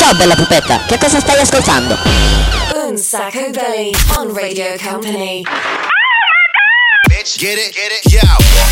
Ciao bella pupetta, che cosa stai ascoltando? Un Sacco Belly on Radio Company. Bitch, get it, yo.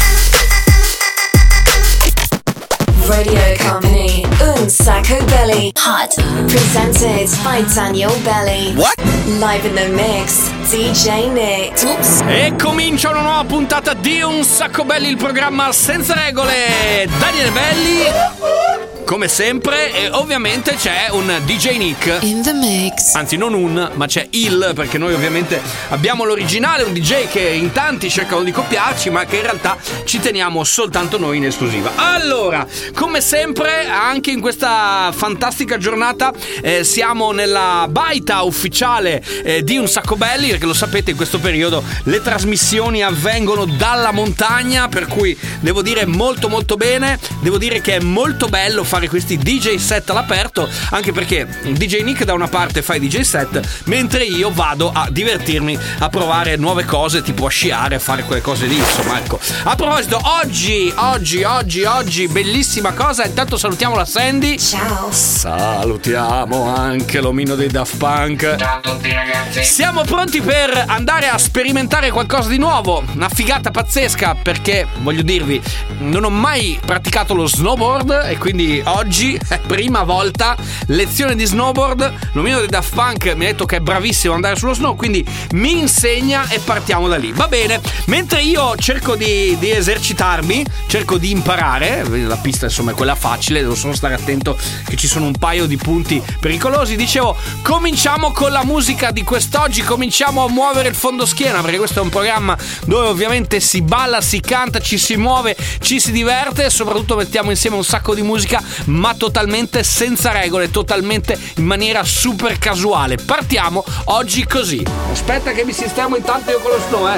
Radio Company, Un Sacco Belly. Hot. Presented by Daniel Belly. What? Live in the mix, DJ Nick. Oops. E comincia una nuova puntata di Un Sacco Belli, il programma senza regole. Daniele Belli, come sempre, e ovviamente c'è un DJ Nick. In the mix. Anzi, non un, ma c'è il, perché noi ovviamente abbiamo l'originale, un DJ che in tanti cercano di copiarci, ma che in realtà ci teniamo soltanto noi in esclusiva. Allora, come sempre, anche in questa fantastica giornata siamo nella baita ufficiale di Un Sacco Belli, perché lo sapete, in questo periodo le trasmissioni avvengono dalla montagna, per cui devo dire molto molto bene. Devo dire che è molto bello fare questi DJ set all'aperto, anche perché DJ Nick da una parte fa i DJ set, mentre io vado a divertirmi, a provare nuove cose, tipo a sciare, a fare quelle cose lì, insomma, ecco. A proposito, oggi bellissima cosa. Intanto salutiamo la Sandy. Ciao. Salutiamo anche l'omino dei Daft Punk. Ciao a tutti ragazzi. Siamo pronti per andare a sperimentare qualcosa di nuovo, una figata pazzesca, perché voglio dirvi, non ho mai praticato lo snowboard e quindi oggi è prima volta lezione di snowboard. L'omino dei Daft Punk mi ha detto che è bravissimo ad andare sullo snow, quindi mi insegna e partiamo da lì. Va bene, mentre io cerco di esercitarmi, cerco di imparare, la pista insomma è quella facile, devo solo stare attento che ci sono un paio di punti pericolosi. Dicevo, cominciamo con la musica di quest'oggi, cominciamo a muovere il fondoschiena, perché questo è un programma dove ovviamente si balla, si canta, ci si muove, ci si diverte e soprattutto mettiamo insieme un sacco di musica, ma totalmente senza regole, totalmente in maniera super casuale. Partiamo oggi così. Aspetta che mi sistemo intanto io con lo snow,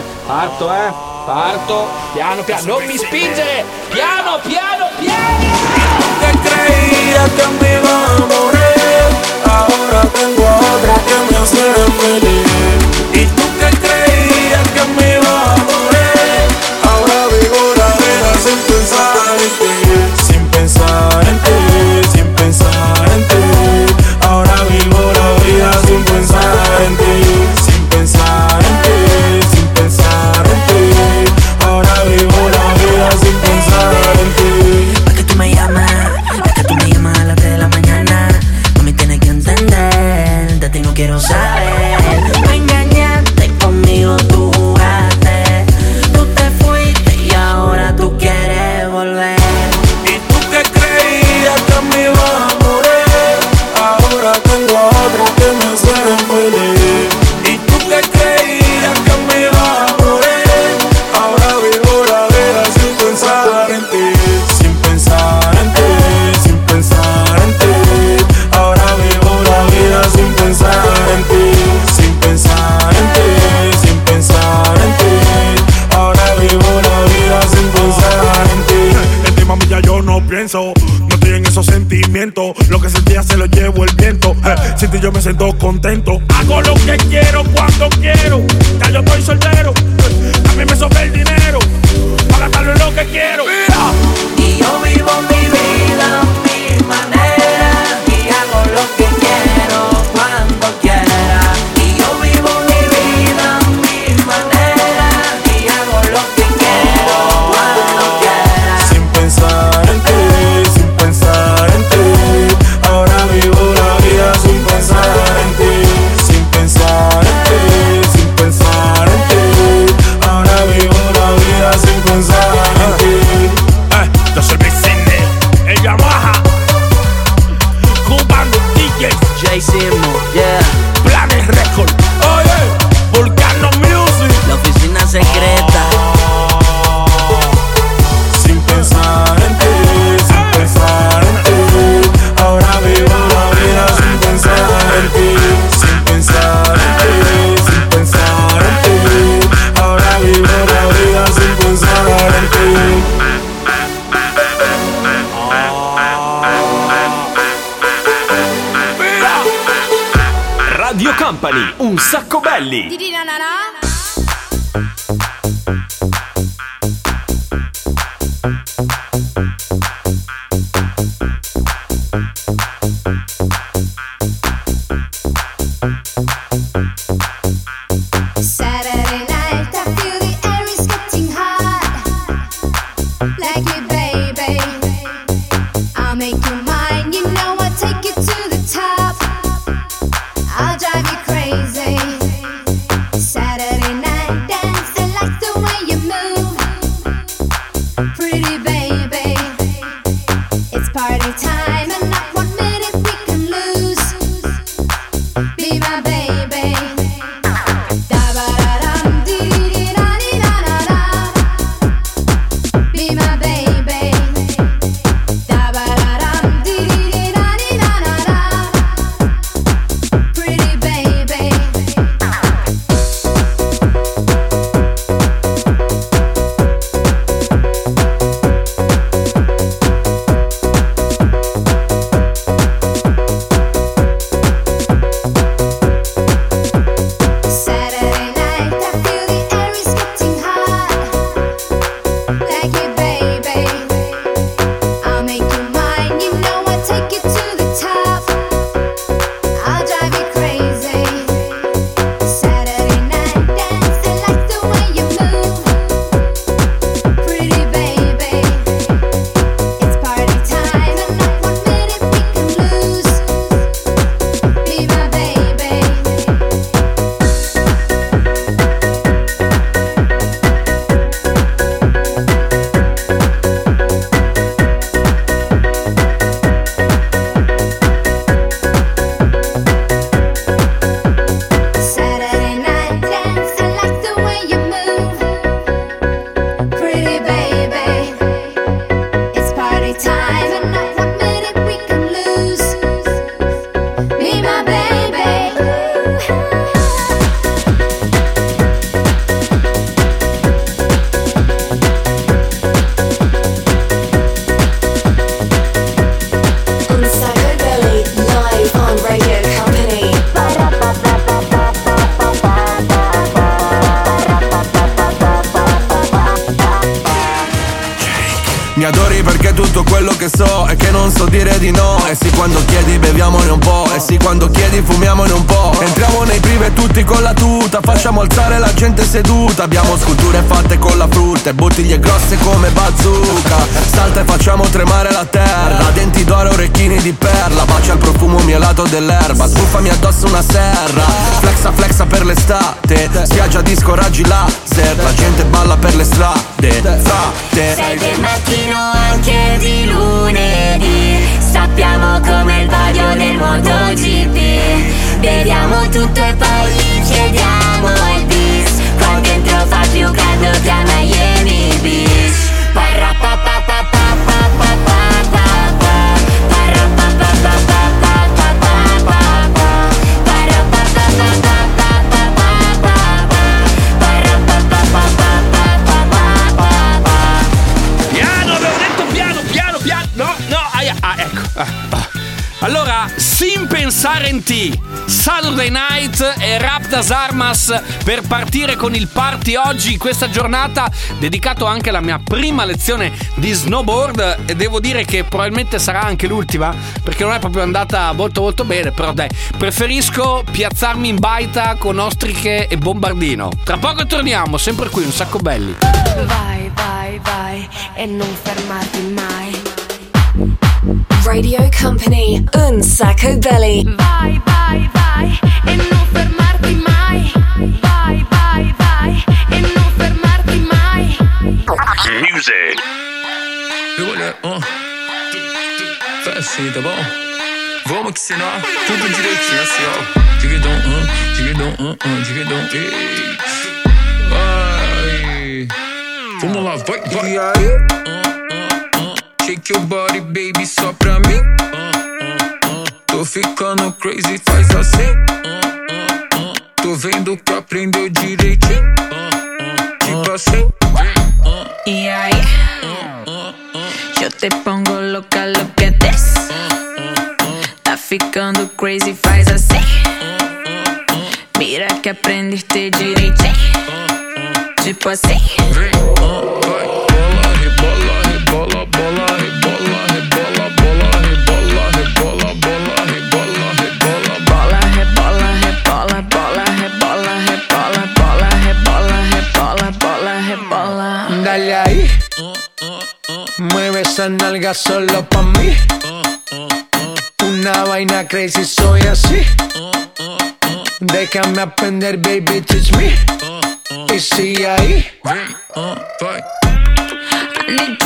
parto, piano, non mi spingere, piano. Que creía que me iba a morir, ahora tengo otra que me hace feliz. Y tú que creías que me iba a morir, ahora vivo la vida sin pensar en ti, sin pensar en ti, sin pensar en ti. Ahora vivo la vida sin pensar en ti, sin pensar en ti, sin pensar en ti. Ahora vivo la vida sin pensar en ti. Pa' que tú me llamas, es que tú me llamas a las 3 de la mañana. No me tienes que entender, de ti no quiero saber. Me engañaste conmigo, tú jugaste, tú te fuiste y ahora tú quieres volver. Y tú que creías que me iba a morir, ahora tengo otra que me hace feliz. Y tú que creías que me iba a morir, ahora vivo la vida sin pensar en ti, sin pensar en ti, sin pensar en ti. Ahora vivo la vida sin pensar en ti, sin pensar en ti, sin pensar en ti. Ahora vivo la vida sin pensar en ti. En ti mami ya yo no pienso, no estoy en esos sentimientos. Lo que sentía se lo llevo el viento. Sin ti yo me siento contento. Hago lo que quiero cuando quiero. Ya yo estoy soltero. A mí me sobra el dinero para gastarlo en lo que quiero. Mira. Y yo vivo mi vida a mi manera y hago lo que quiero cuando quiera. Y yo vivo mi vida a mi manera y hago lo que quiero cuando quiera. Sin pensar en ti, sin pensar en ti. Ahora vivo la vida sin pensar en ti, sin pensar en ti, sin pensar en ti. Ahora vivo la vida sin pensar en ti. Yo soy Vicente, el Yamaha, Cubano DJ, Jay Simo, yeah, Planes Record, oye, Volcano Music. la oficina secreta. Sin pensar en ti, sin pensar en ti. Ahora vivo la vida sin pensar en ti, sin pensar en ti, sin pensar en ti. Ahora vivo la vida sin pensar en ti. Radio Company, Un Sacco Belli. Pretty baby, it's party time and not 1 minute we can lose. Be my baby. Da-ba-da-dum, di-di-di-da-di-da-da-da. Be my baby. Da-ba-da-dum, di-di-di-da-di-da-da-da. Pretty baby. Saturday night, I feel the air is getting hot. Like it, baby. I'll make you mine. You know I'll take you to the top. I'll drive you crazy. Saturday night dance, I like the way you move. Pretty baby, it's party time and not 1 minute we can lose. Be my baby. Saturday night dance, I like the way you move. Pretty baby, it's party time and not 1 minute we can lose. Be my baby. Unsacco Belly, live on Radio Company. Mi adori perché tutto quello che so è che non so dire di no. E sì, quando chiedi beviamone un po'. E sì, quando chiedi fumiamone un po'. Entriamo nei prive tutti con la tuta, facciamo alzare la gente seduta. Abbiamo sculture fatte con la frutta e bottiglie grosse come bazooka. Salta e facciamo tremare la terra, denti d'oro, orecchini di perla. Bacia il profumo mielato dell'erba, sbuffami addosso una serra. Flexa flexa per l'estate, spiaggia disco raggi laser. La gente balla per le strade, frate. Sei del mattino anche di lunedì. Sappiamo come il vario del MotoGP. Beviamo tutto e poi gli chiediamo il bis. Qua dentro fa più caldo che a Miami Beach. Parra pa pa pa pa pa pa pa pa pa. Parra pa pa pa pa pa pa pa pa pa. Parra pa pa pa pa pa pa pa pa pa. Parra pa pa pa pa pa pa pa pa pa. Piano, avevo detto piano, piano, piano. No, no, ecco. Allora, sin pensare in te, Saturday Night e Rap das Armas per partire con il party oggi, questa giornata, dedicato anche alla mia prima lezione di snowboard. E devo dire che probabilmente sarà anche l'ultima, perché non è proprio andata molto molto bene. Però dai, preferisco piazzarmi in baita con ostriche e bombardino. Tra poco torniamo, sempre qui, un sacco belli. Vai, vai, vai e non fermarti mai. Radio Company, Unsacco Belly. Vai, vai, vai e non fermarti mai. Vai, vai, vai e non fermarti mai. Music. Fast d'abord. Vamos que c'est là, tudo direitinho assim, ó. Dividão, vai. Vamos lá, vai, vai. E aí? Shake your body, baby, só pra mim. Tô ficando crazy, faz assim. Tô vendo que aprendeu direitinho. Tipo assim. Y ahí yo te pongo loca, lo que des. Tá ficando crazy, faz assim. Mira que aprendiste direitinho. Tipo assim. Vem, vai, bola, rebola, rebola, bola, rebola, rebola, bola, rebola, rebola, bola, rebola, rebola, bola, rebola, rebola, bola, rebola, rebola, bola, rebola, rebola, bola, rebola. Dale ahí, mueve esa nalga solo pa' mí. Una vaina crazy, soy así. Déjame aprender, baby, teach me. Y sigue ahí. Vem, vai. I need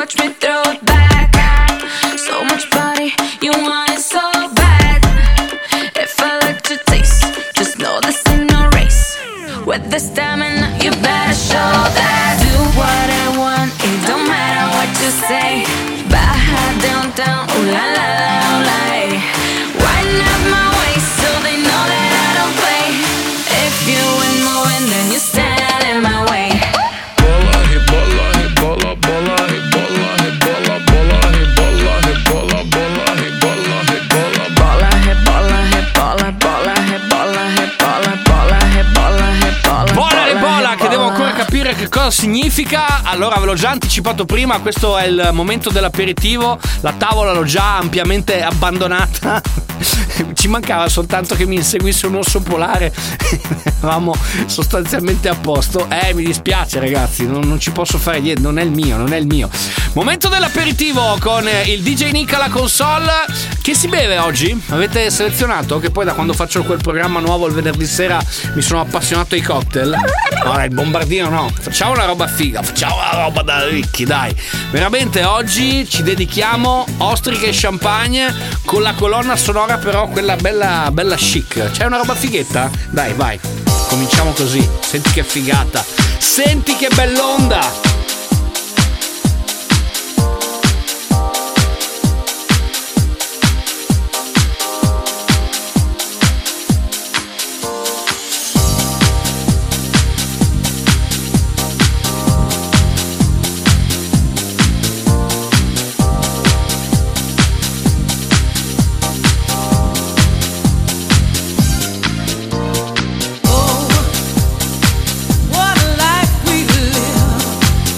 watch me throw it back. So much body, you want it so bad. If I like to taste, just know this ain't no race. With the stamina, you better show that. Do what I want, it don't matter what you say. Baja downtown, ooh la la la, ooh la, eh. Wind up my waist so they know that I don't play. If you ain't moving, then you stand in my way. Bola, hit bola, hit bola, bola, hit bola, hit bola, bola, hit bola, hit bola, bola, hit bola, hit bola, bola, hit bola, hit bola, bola, hit bola, hit bola, bola, hit bola, hit bola. Bola e bola, che devo ancora capire che cosa significa. Allora, ve l'ho già anticipato prima, questo è il momento dell'aperitivo. La tavola l'ho già ampiamente abbandonata. Ci mancava soltanto che mi inseguisse un orso polare. Eravamo sostanzialmente a posto. Mi dispiace ragazzi, non ci posso fare niente, non è il mio. Momento dell'aperitivo con il DJ Nick alla console. Che si beve oggi? Avete selezionato? Che poi da quando faccio quel programma nuovo il venerdì sera mi sono appassionato ai cocktail. Ora il bombardino no, facciamo una roba figa, facciamo una roba da ricchi, dai. Veramente oggi ci dedichiamo ostriche e champagne con la colonna sonora però quella bella chic. C'è una roba fighetta? Dai, vai. Cominciamo così. Senti che figata. Senti che bell'onda. What a life we live.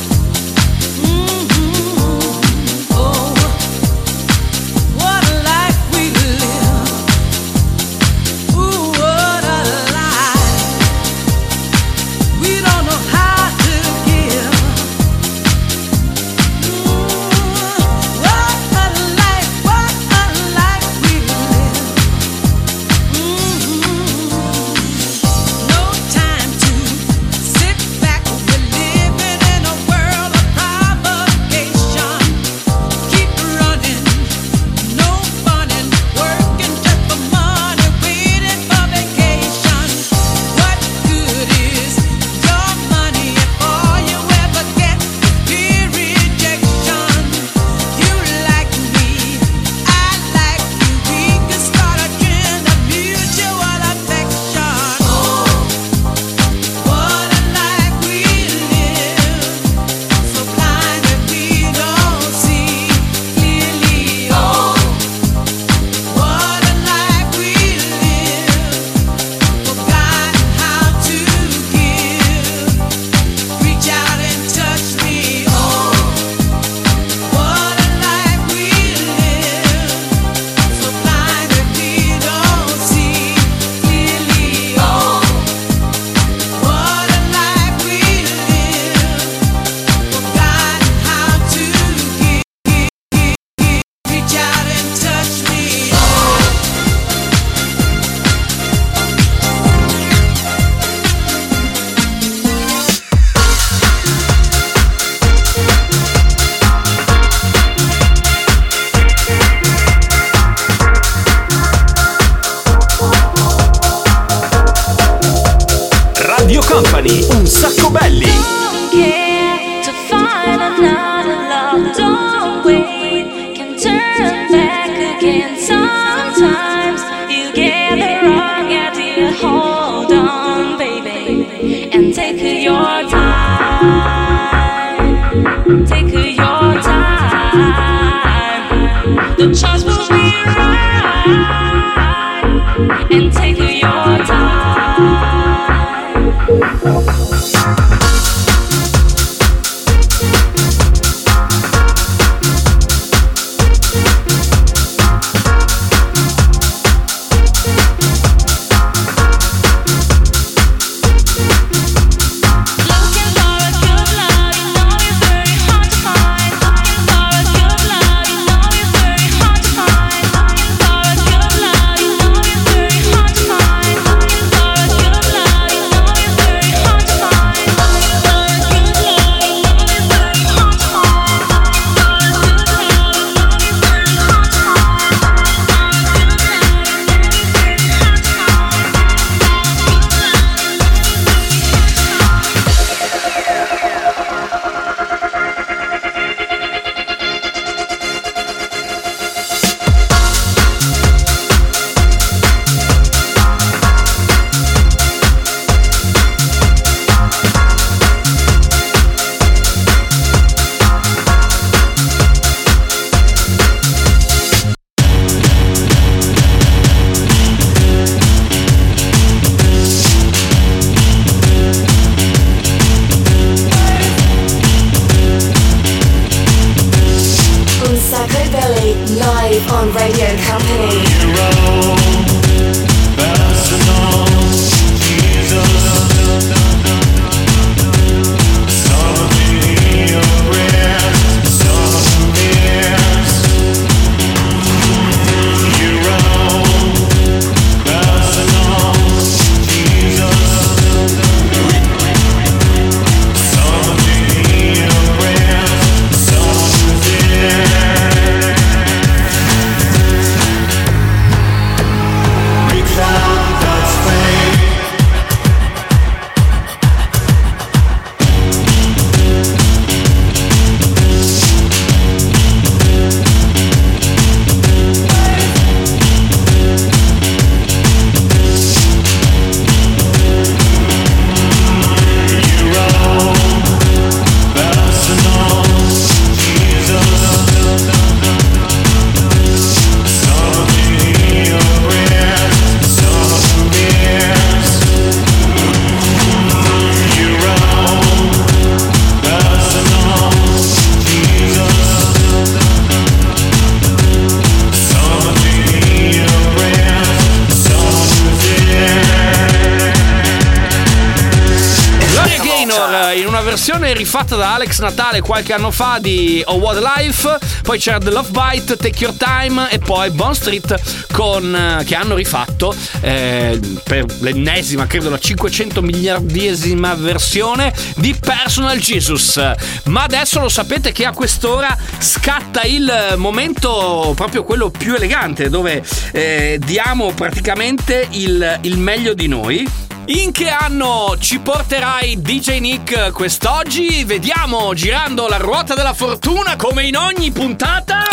versione rifatta da Alex Natale qualche anno fa di Oh What a Life, poi c'era The Love Bite, Take Your Time e poi Bond Street che hanno rifatto per l'ennesima, credo la 500 miliardesima versione di Personal Jesus. Ma adesso lo sapete che a quest'ora scatta il momento proprio quello più elegante, dove diamo praticamente il meglio di noi. In che anno ci porterai DJ Nick quest'oggi? Vediamo, girando la ruota della fortuna come in ogni puntata.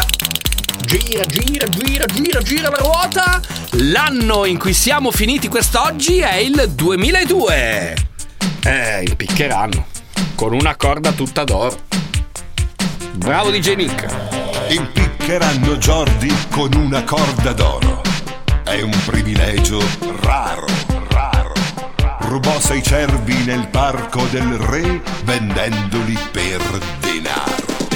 Gira la ruota. L'anno in cui siamo finiti quest'oggi è il 2002. Impiccheranno con una corda tutta d'oro. Bravo DJ Nick. Impiccheranno Jordi con una corda d'oro. È un privilegio raro. Rubò 6 cervi nel parco del re vendendoli per denaro.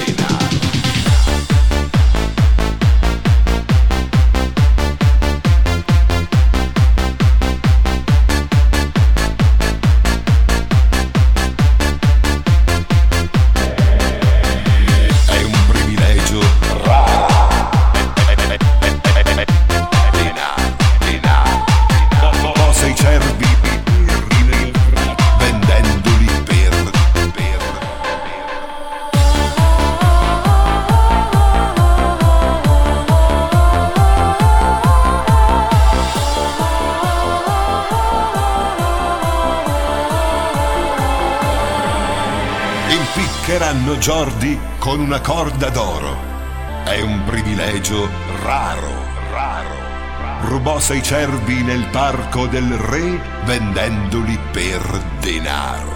Impiccheranno Jordi con una corda d'oro. È un privilegio raro. Rubò 6 cervi nel parco del re vendendoli per denaro.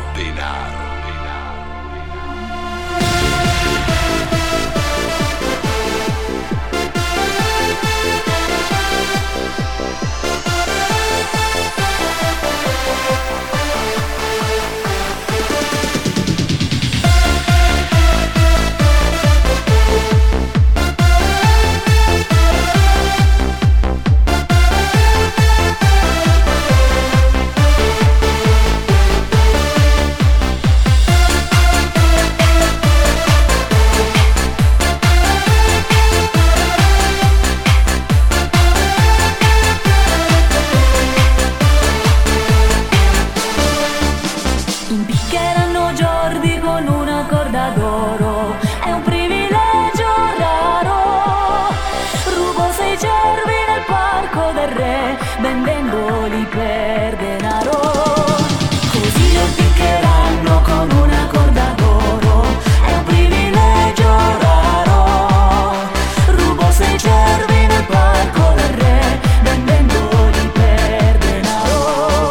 vendendoli per denaro. Così lo piccheranno con una corda d'oro, è un privilegio raro. Rubo 6 cervi nel parco del re, vendendoli per denaro.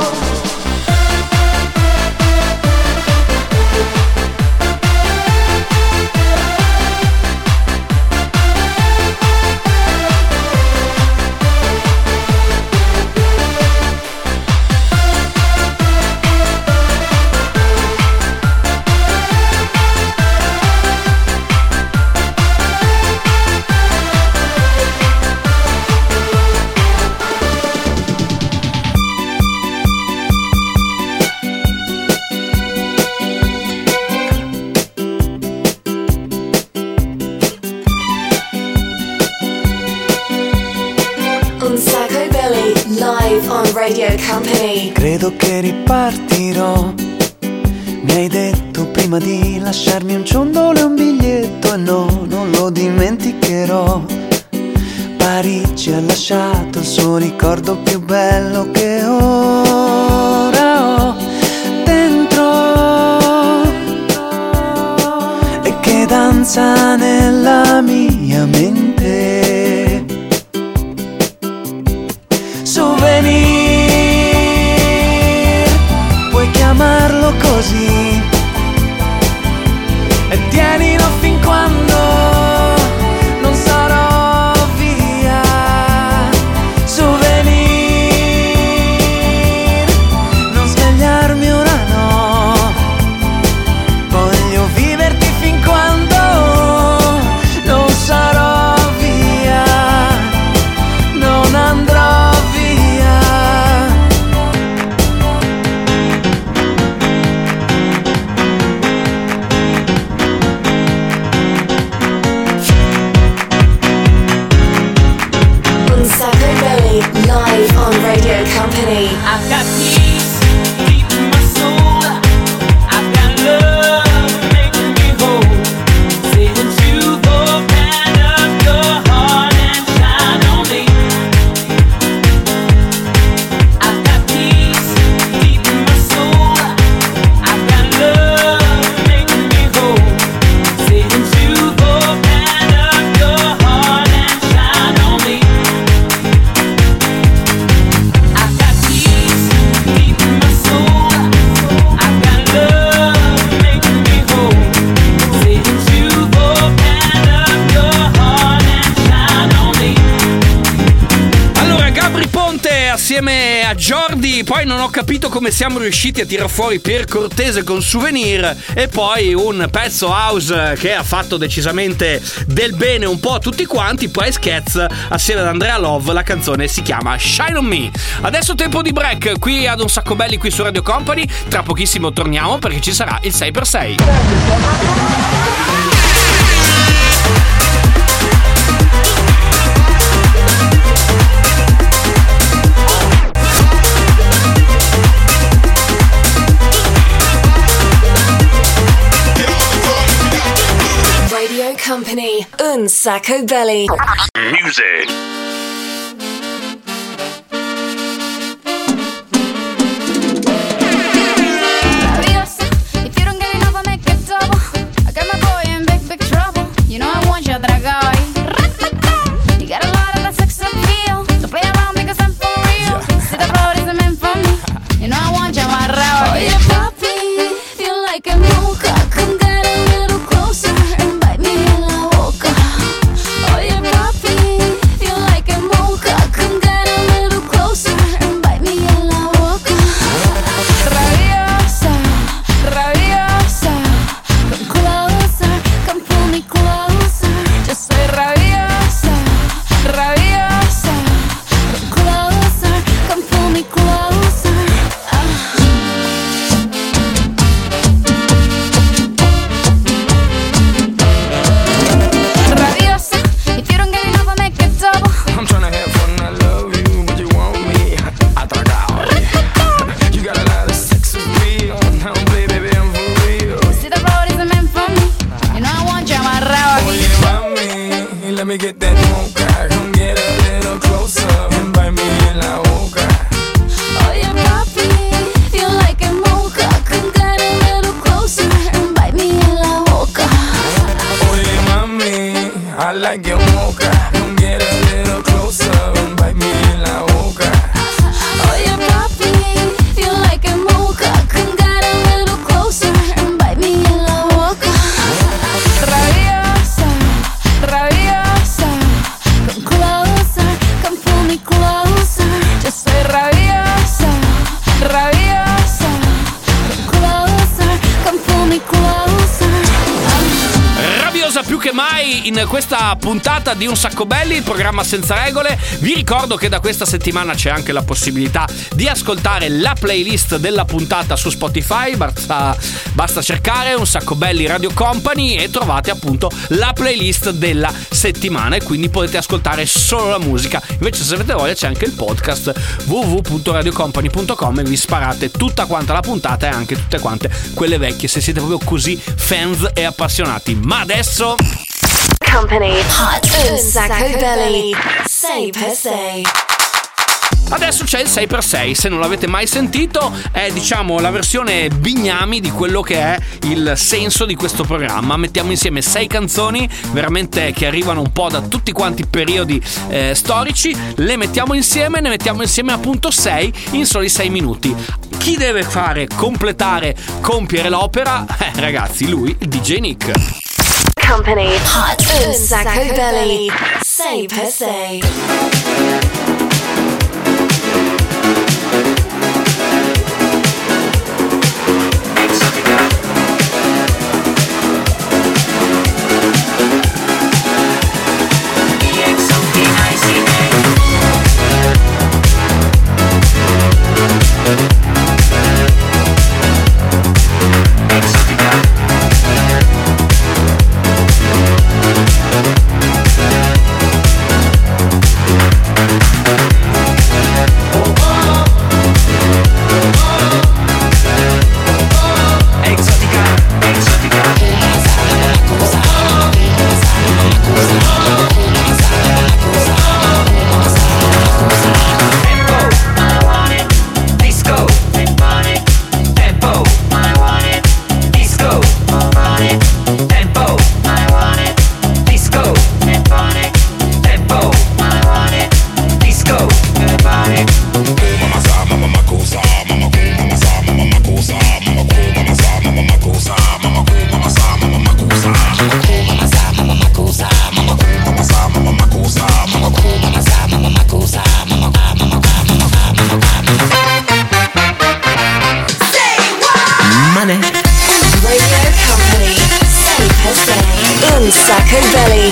Radio Company. Credo che ripartirò. Mi hai detto prima di lasciarmi un ciondolo e un biglietto, e no, non lo dimenticherò. Parigi ha lasciato il suo ricordo più bello che ora ho dentro e che danza nella mia mente. Souvenir, puoi chiamarlo così, e tienilo fin quando non sarò via. Souvenir, non svegliarmi ora no, voglio viverti fin quando non sarò via. insieme a Jordi, poi non ho capito come siamo riusciti a tirar fuori Pier Cortese con Souvenir, e poi un pezzo house che ha fatto decisamente del bene un po' a tutti quanti, Price Cats assieme ad Andrea Love, la canzone si chiama Shine on Me. Adesso tempo di break qui ad Un Sacco Belli qui su Radio Company, tra pochissimo torniamo perché ci sarà il 6x6. Radio Company, Un Sacco Belly. Music. If you don't get enough, I make it double. I got my boy in big, big trouble. You know I want you, dragoi. You got a lot of that sex appeal. Don't play around because I'm for real. See the road isn't meant for me. You know I want you, my rao. Oh yeah, papi, feel like a mocha. Come get a little closer and bite me in la boca. Oh yeah, papi, feel like a mocha. Come get a little closer and bite me in la boca. Rabiosa, rabiosa, come closer, come pull me closer. Yo soy rabiosa, rabiosa, come closer, come pull me closer. Rabiosa, if you don't get enough, I make it double. I'm tryna have fun, I love you, but you want me. Atracado. You got a lot of sex appeal. Now play, baby, I'm for real. See the road isn't meant for me. You know I want you, my rao. Oye, mami, let me get that mocha. Come get a little closer and bite me in la boca. Oh yeah, papi, feel like a mocha. Come get a little closer and bite me in la boca. Oye, mami, I like your mocha. Come get a little closer and bite me in la boca. Oh yeah, papi, feel like a mocha. Come get a little closer and bite me in la boca. Rabiosa, rabiosa, come closer, come pull me closer. Yo soy rabiosa, rabiosa, come closer, come pull me closer. Rabbiosa più che mai in questa puntata di Un Sacco Belli, il programma senza regole. Vi ricordo che da questa settimana c'è anche la possibilità di ascoltare la playlist della puntata su Spotify. Basta cercare Un Sacco Belli Radio Company e trovate appunto la playlist della settimana, e quindi potete ascoltare solo la musica. Invece se avete voglia c'è anche il podcast www.radiocompany.com e vi sparate tutta quanta la puntata e anche tutte quante quelle vecchie, se siete proprio così fans e appassionati. Ma adesso Company, Hot Un Sacco Belly. 6x6. Adesso c'è il 6x6, se non l'avete mai sentito è diciamo la versione bignami di quello che è il senso di questo programma. Mettiamo insieme 6 canzoni veramente che arrivano un po' da tutti quanti i periodi storici, le mettiamo insieme, ne mettiamo insieme appunto 6 in soli 6 minuti. Chi deve fare, completare, compiere l'opera? Ragazzi, lui, il DJ Nick. Company, Hot Un Sacco Belly. 6x6. Exotica. on Sacco Belly.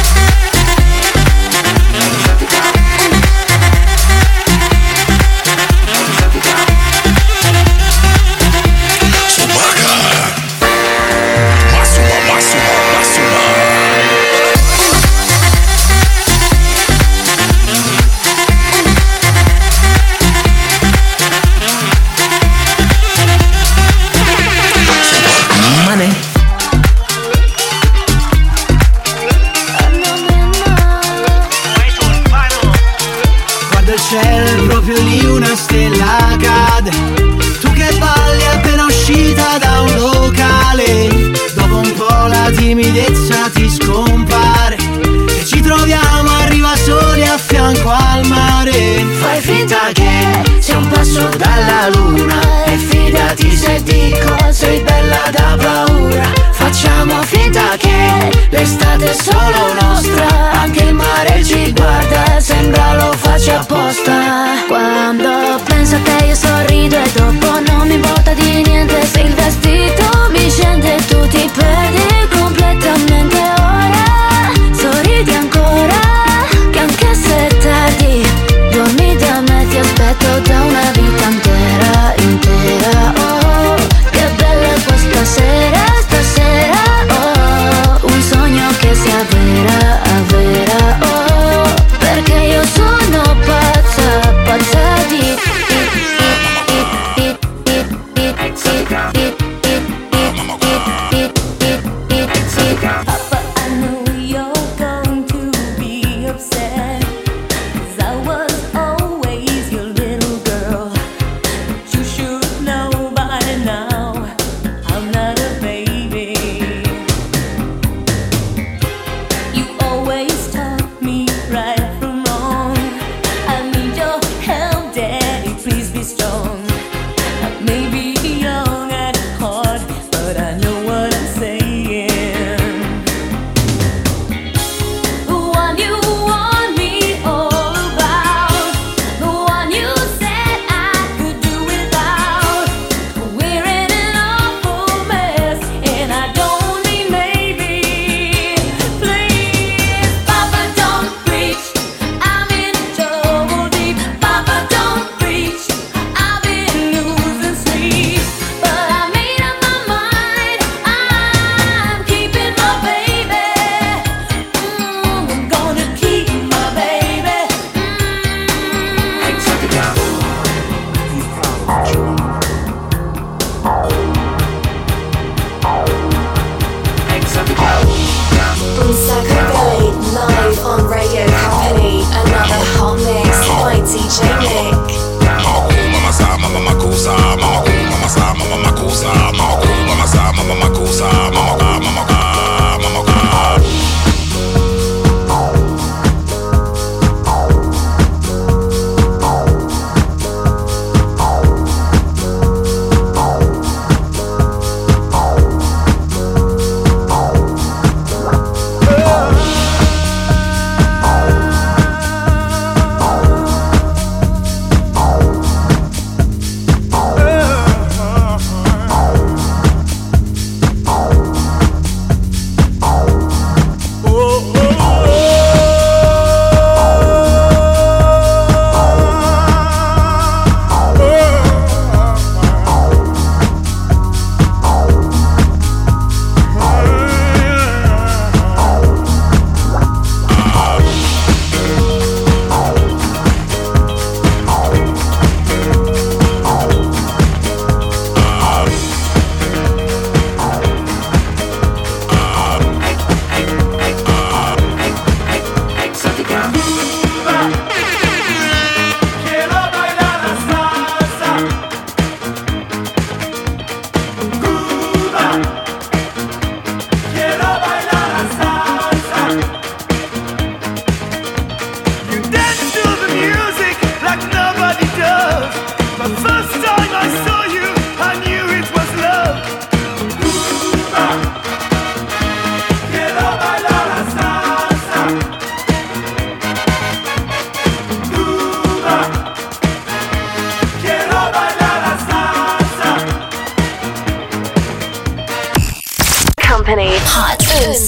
Guarda il cielo, proprio lì una stella cade. Tu che balli appena uscita da un locale. Dopo un po' la timidezza ti scompare e ci troviamo a riva soli a fianco al mare. Fai finta che sei un passo dalla luna e fidati se dico sei bella da paura. Facciamo finta che l'estate è solo nostra, anche il mare ci guarda, sembra lo faccia apposta. Quando penso a te io sorrido e dopo non mi importa di niente. Se il vestito mi scende e tu ti perdi completamente. Ora sorridi ancora, che anche se è tardi dormi da me, ti aspetto da una vita intera, intera. Oh, che bella questa sera, stasera. Oh, un sogno che si avvera, avvera. Oh, perché io sono pazza, pazza di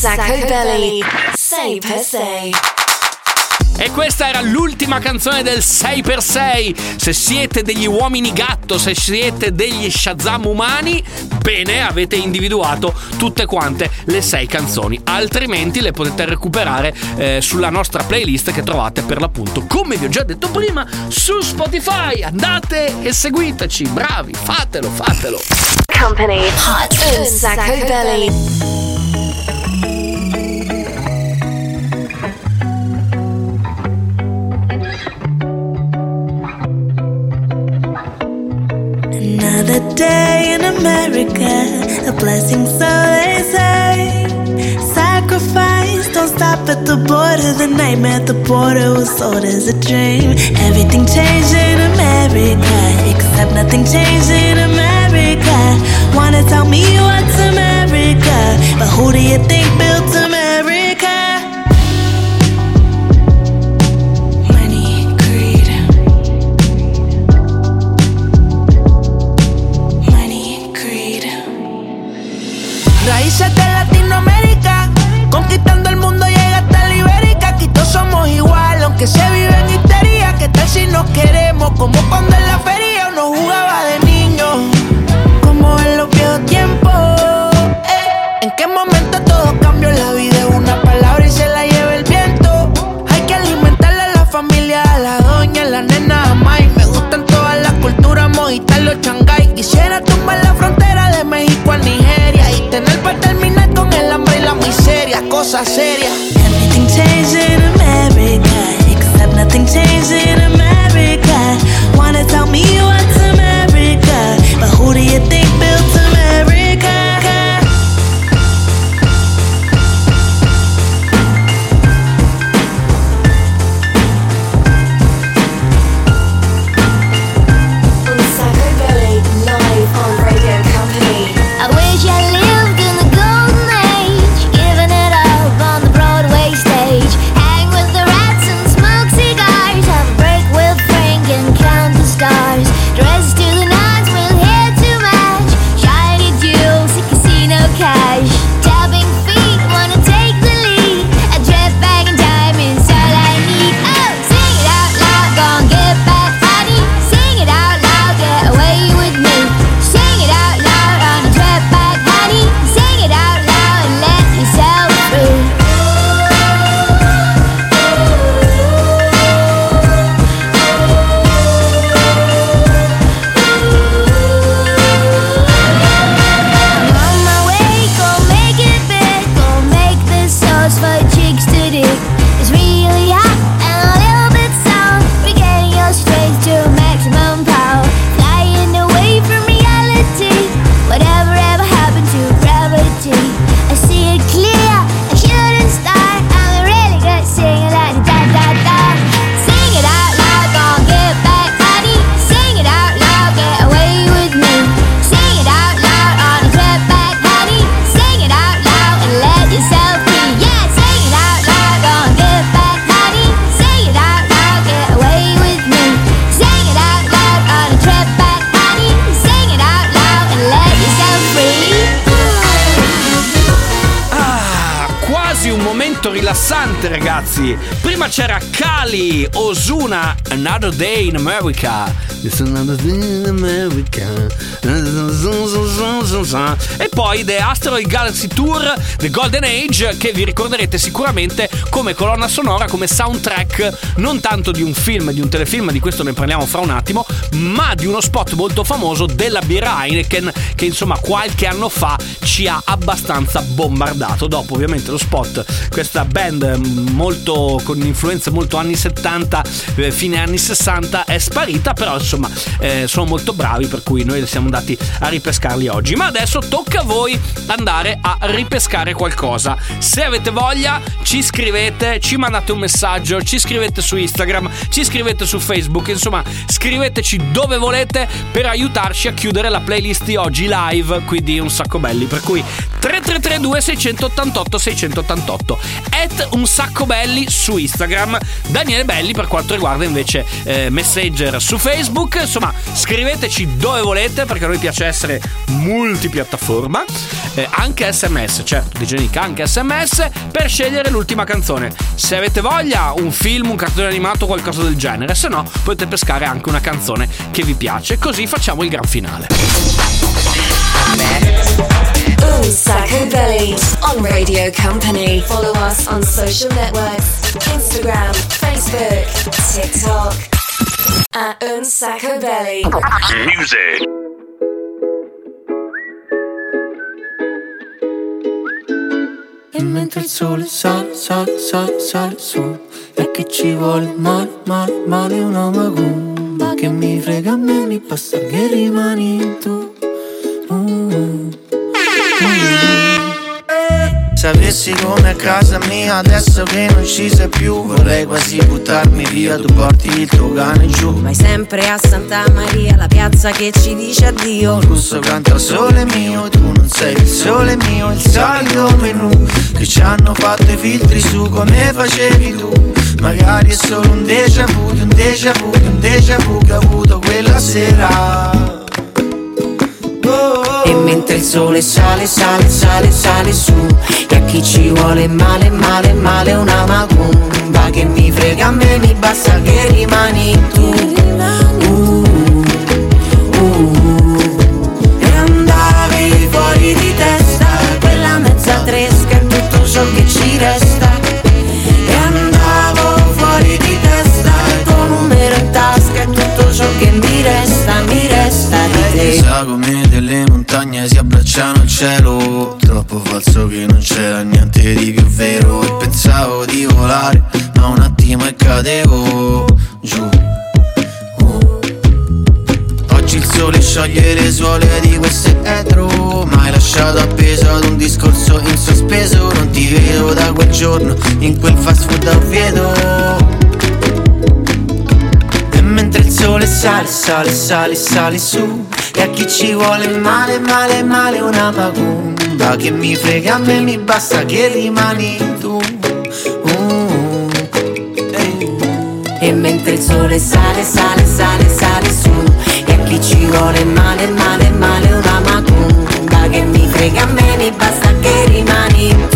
Sacco Belly. Say per se. E questa era l'ultima canzone del 6x6. Se siete degli uomini gatto, se siete degli Shazam umani, bene, avete individuato tutte quante le 6 canzoni. Altrimenti le potete recuperare sulla nostra playlist che trovate per l'appunto, come vi ho già detto prima, su Spotify. Andate e seguiteci, bravi, fatelo. Company Hot un Sacco Belly. Another day in America, a blessing so they say. Sacrifice, don't stop at the border. The nightmare at the border was sold as a dream. Everything changed in America, except nothing changed in America. Wanna tell me what's America, but who do you think built America? Raíces de Latinoamérica, conquistando el mundo llega hasta la Ibérica. Aquí todos somos igual, aunque se vive en histeria. ¿Qué tal si nos queremos? Como cuando en la feria uno jugaba de niño, como en los viejos tiempos. ¿En qué momento todo cambió? La vida es una palabra y se la lleva el viento. Hay que alimentarle a la familia, a la doña, a la nena, a May. Me gustan todas las culturas, mojitalo, Shanghai. Quisiera tumbar la frontera de México a Nigeria y tener para terminar con el hambre y la miseria, cosa seria. Everything changed in America, except nothing changed in America. Wanna tell me what's America, but who do you think built America? Rilassante, ragazzi. Prima c'era Kali, Ozuna, Another Day in America. It's another day in America. E poi The Asteroid Galaxy Tour, The Golden Age, che vi ricorderete sicuramente come colonna sonora, come soundtrack, non tanto di un film, di un telefilm, di questo ne parliamo fra un attimo, ma di uno spot molto famoso della birra Heineken, che insomma qualche anno fa ci ha abbastanza bombardato. Dopo ovviamente lo spot, questa band molto con influenze molto anni 70, fine anni 60 è sparita, però insomma sono molto bravi, per cui noi siamo andati a ripescarli oggi. Ma adesso tocca a voi andare a ripescare qualcosa. Se avete voglia ci scrivete, ci mandate un messaggio, ci scrivete su Instagram, ci scrivete su Facebook, insomma scriveteci dove volete per aiutarci a chiudere la playlist di oggi live qui di Un Sacco Belli. Per cui 3332 688 688 @1sacco belli su Instagram, Daniele Belli per quanto riguarda invece Messenger su Facebook. Insomma, scriveteci dove volete, perché a noi piace essere multipiattaforma, anche SMS, certo, DJ Nick, anche SMS, per scegliere l'ultima canzone. Se avete voglia, un film, un cartone animato, qualcosa del genere, se no potete pescare anche una canzone che vi piace, così facciamo il gran finale. Un Sacco Belly on Radio Company. Follow us on social networks: Instagram, Facebook, TikTok. At Un Sacco Belly. Music. E mentre il sole sale, sale, sale, sale su, e che ci vuole male, male, male una macumba, che mi frega a me, mi basta che rimani tu. Sapessi come a casa mia adesso che non ci sei più, vorrei quasi buttarmi via, tu porti il tuo cane giù. Vai sempre a Santa Maria, la piazza che ci dice addio. Il russo canta sole mio, tu non sei il sole mio, il solito menù che ci hanno fatto i filtri su come facevi tu. Magari è solo un déjà vu, un déjà vu, un déjà vu che ho avuto quella sera. E mentre il sole sale, sale, sale, sale su, e a chi ci vuole male, male, male una macumba, che mi frega a me, mi basta che rimani tu. E andavi fuori di testa, quella mezza tresca è tutto ciò che ci resta. E andavo fuori di testa, il tuo numero in tasca è tutto ciò che mi resta di te. Sagome delle montagne si abbracciano al cielo, troppo falso che non c'era niente di più vero. E pensavo di volare, ma un attimo e cadevo giù. Oggi il sole scioglie le suole di queste etro, ma hai lasciato appeso ad un discorso in sospeso. Non ti vedo da quel giorno in quel fast food a Oviedo. Mentre il sole sale, sale, sale, sale su, e a chi ci vuole male, male, male una macumba, che mi frega a me, mi basta che rimani tu. E mentre il sole sale, sale, sale, sale su, e a chi ci vuole male, male, male una macumba, che mi frega a me, mi basta che rimani tu.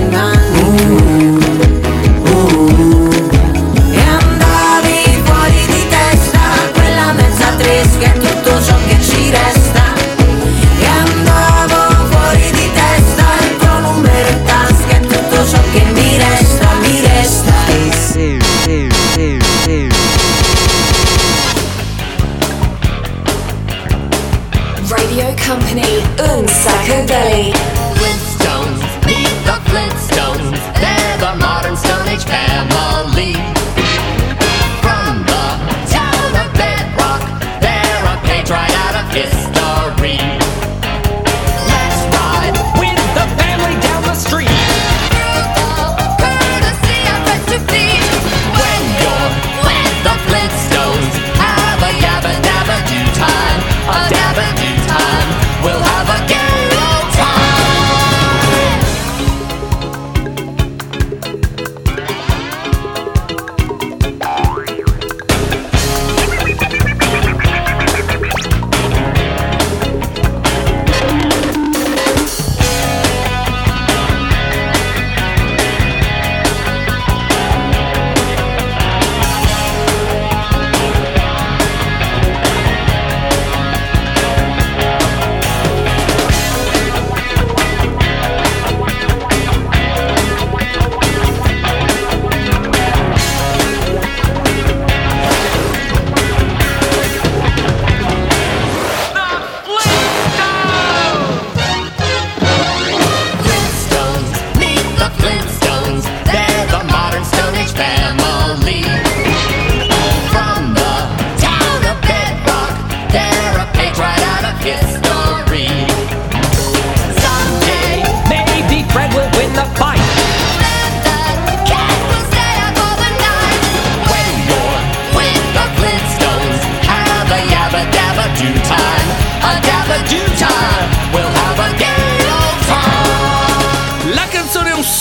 Che è tutto ciò che ci resta. E andavo fuori di testa, il tuo numero in tasca è tutto ciò che mi resta, mi resta. Radio Company, Un Sacco Belly. Flintstones, meet the Flintstones.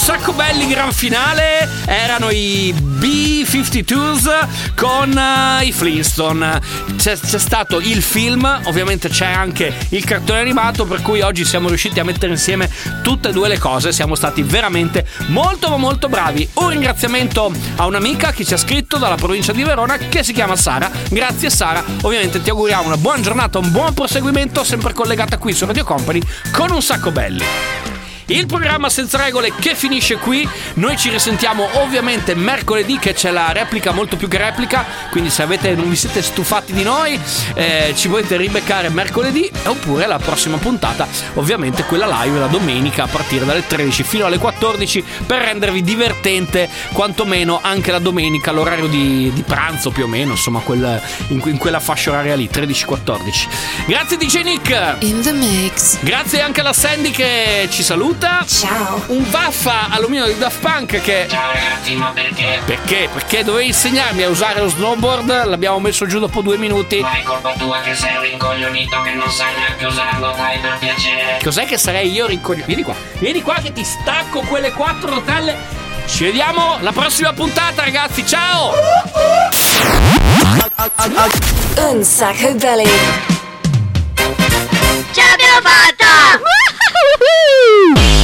sacco belli gran finale erano i B-52s con i Flintstone. C'è stato il film, ovviamente c'è anche il cartone animato, per cui oggi siamo riusciti a mettere insieme tutte e due le cose. Siamo stati veramente molto ma molto bravi. Un ringraziamento a un'amica che ci ha scritto dalla provincia di Verona, che si chiama Sara. Grazie Sara, ovviamente ti auguriamo una buona giornata, un buon proseguimento, sempre collegata qui su Radio Company con un sacco belli. Il programma Senza Regole che finisce qui. Noi ci risentiamo ovviamente mercoledì, che c'è la replica Molto Più Che Replica, quindi se non vi siete stufati di noi, ci potete ribeccare mercoledì, oppure la prossima puntata, ovviamente quella live la domenica a partire dalle 13 fino alle 14, per rendervi divertente quantomeno anche la domenica, l'orario di pranzo più o meno, insomma in quella fascia oraria lì, 13-14. Grazie DJ Nick In the mix. Grazie anche alla Sandy che ci saluta. Ciao. Un vaffa all'omino di Daft Punk che... Ciao ragazzi, ma perché? Perché dovevi insegnarmi a usare lo snowboard, l'abbiamo messo giù dopo 2 minuti. Ma è colpa tua che sei un rincoglionito che non sai neanche usarlo, dai, per piacere. Cos'è che sarei io rincoglionito? Vieni qua che ti stacco quelle 4 rotelle. Ci vediamo la prossima puntata, ragazzi, ciao! Un sacco belli. Ce l'abbiamo fatta!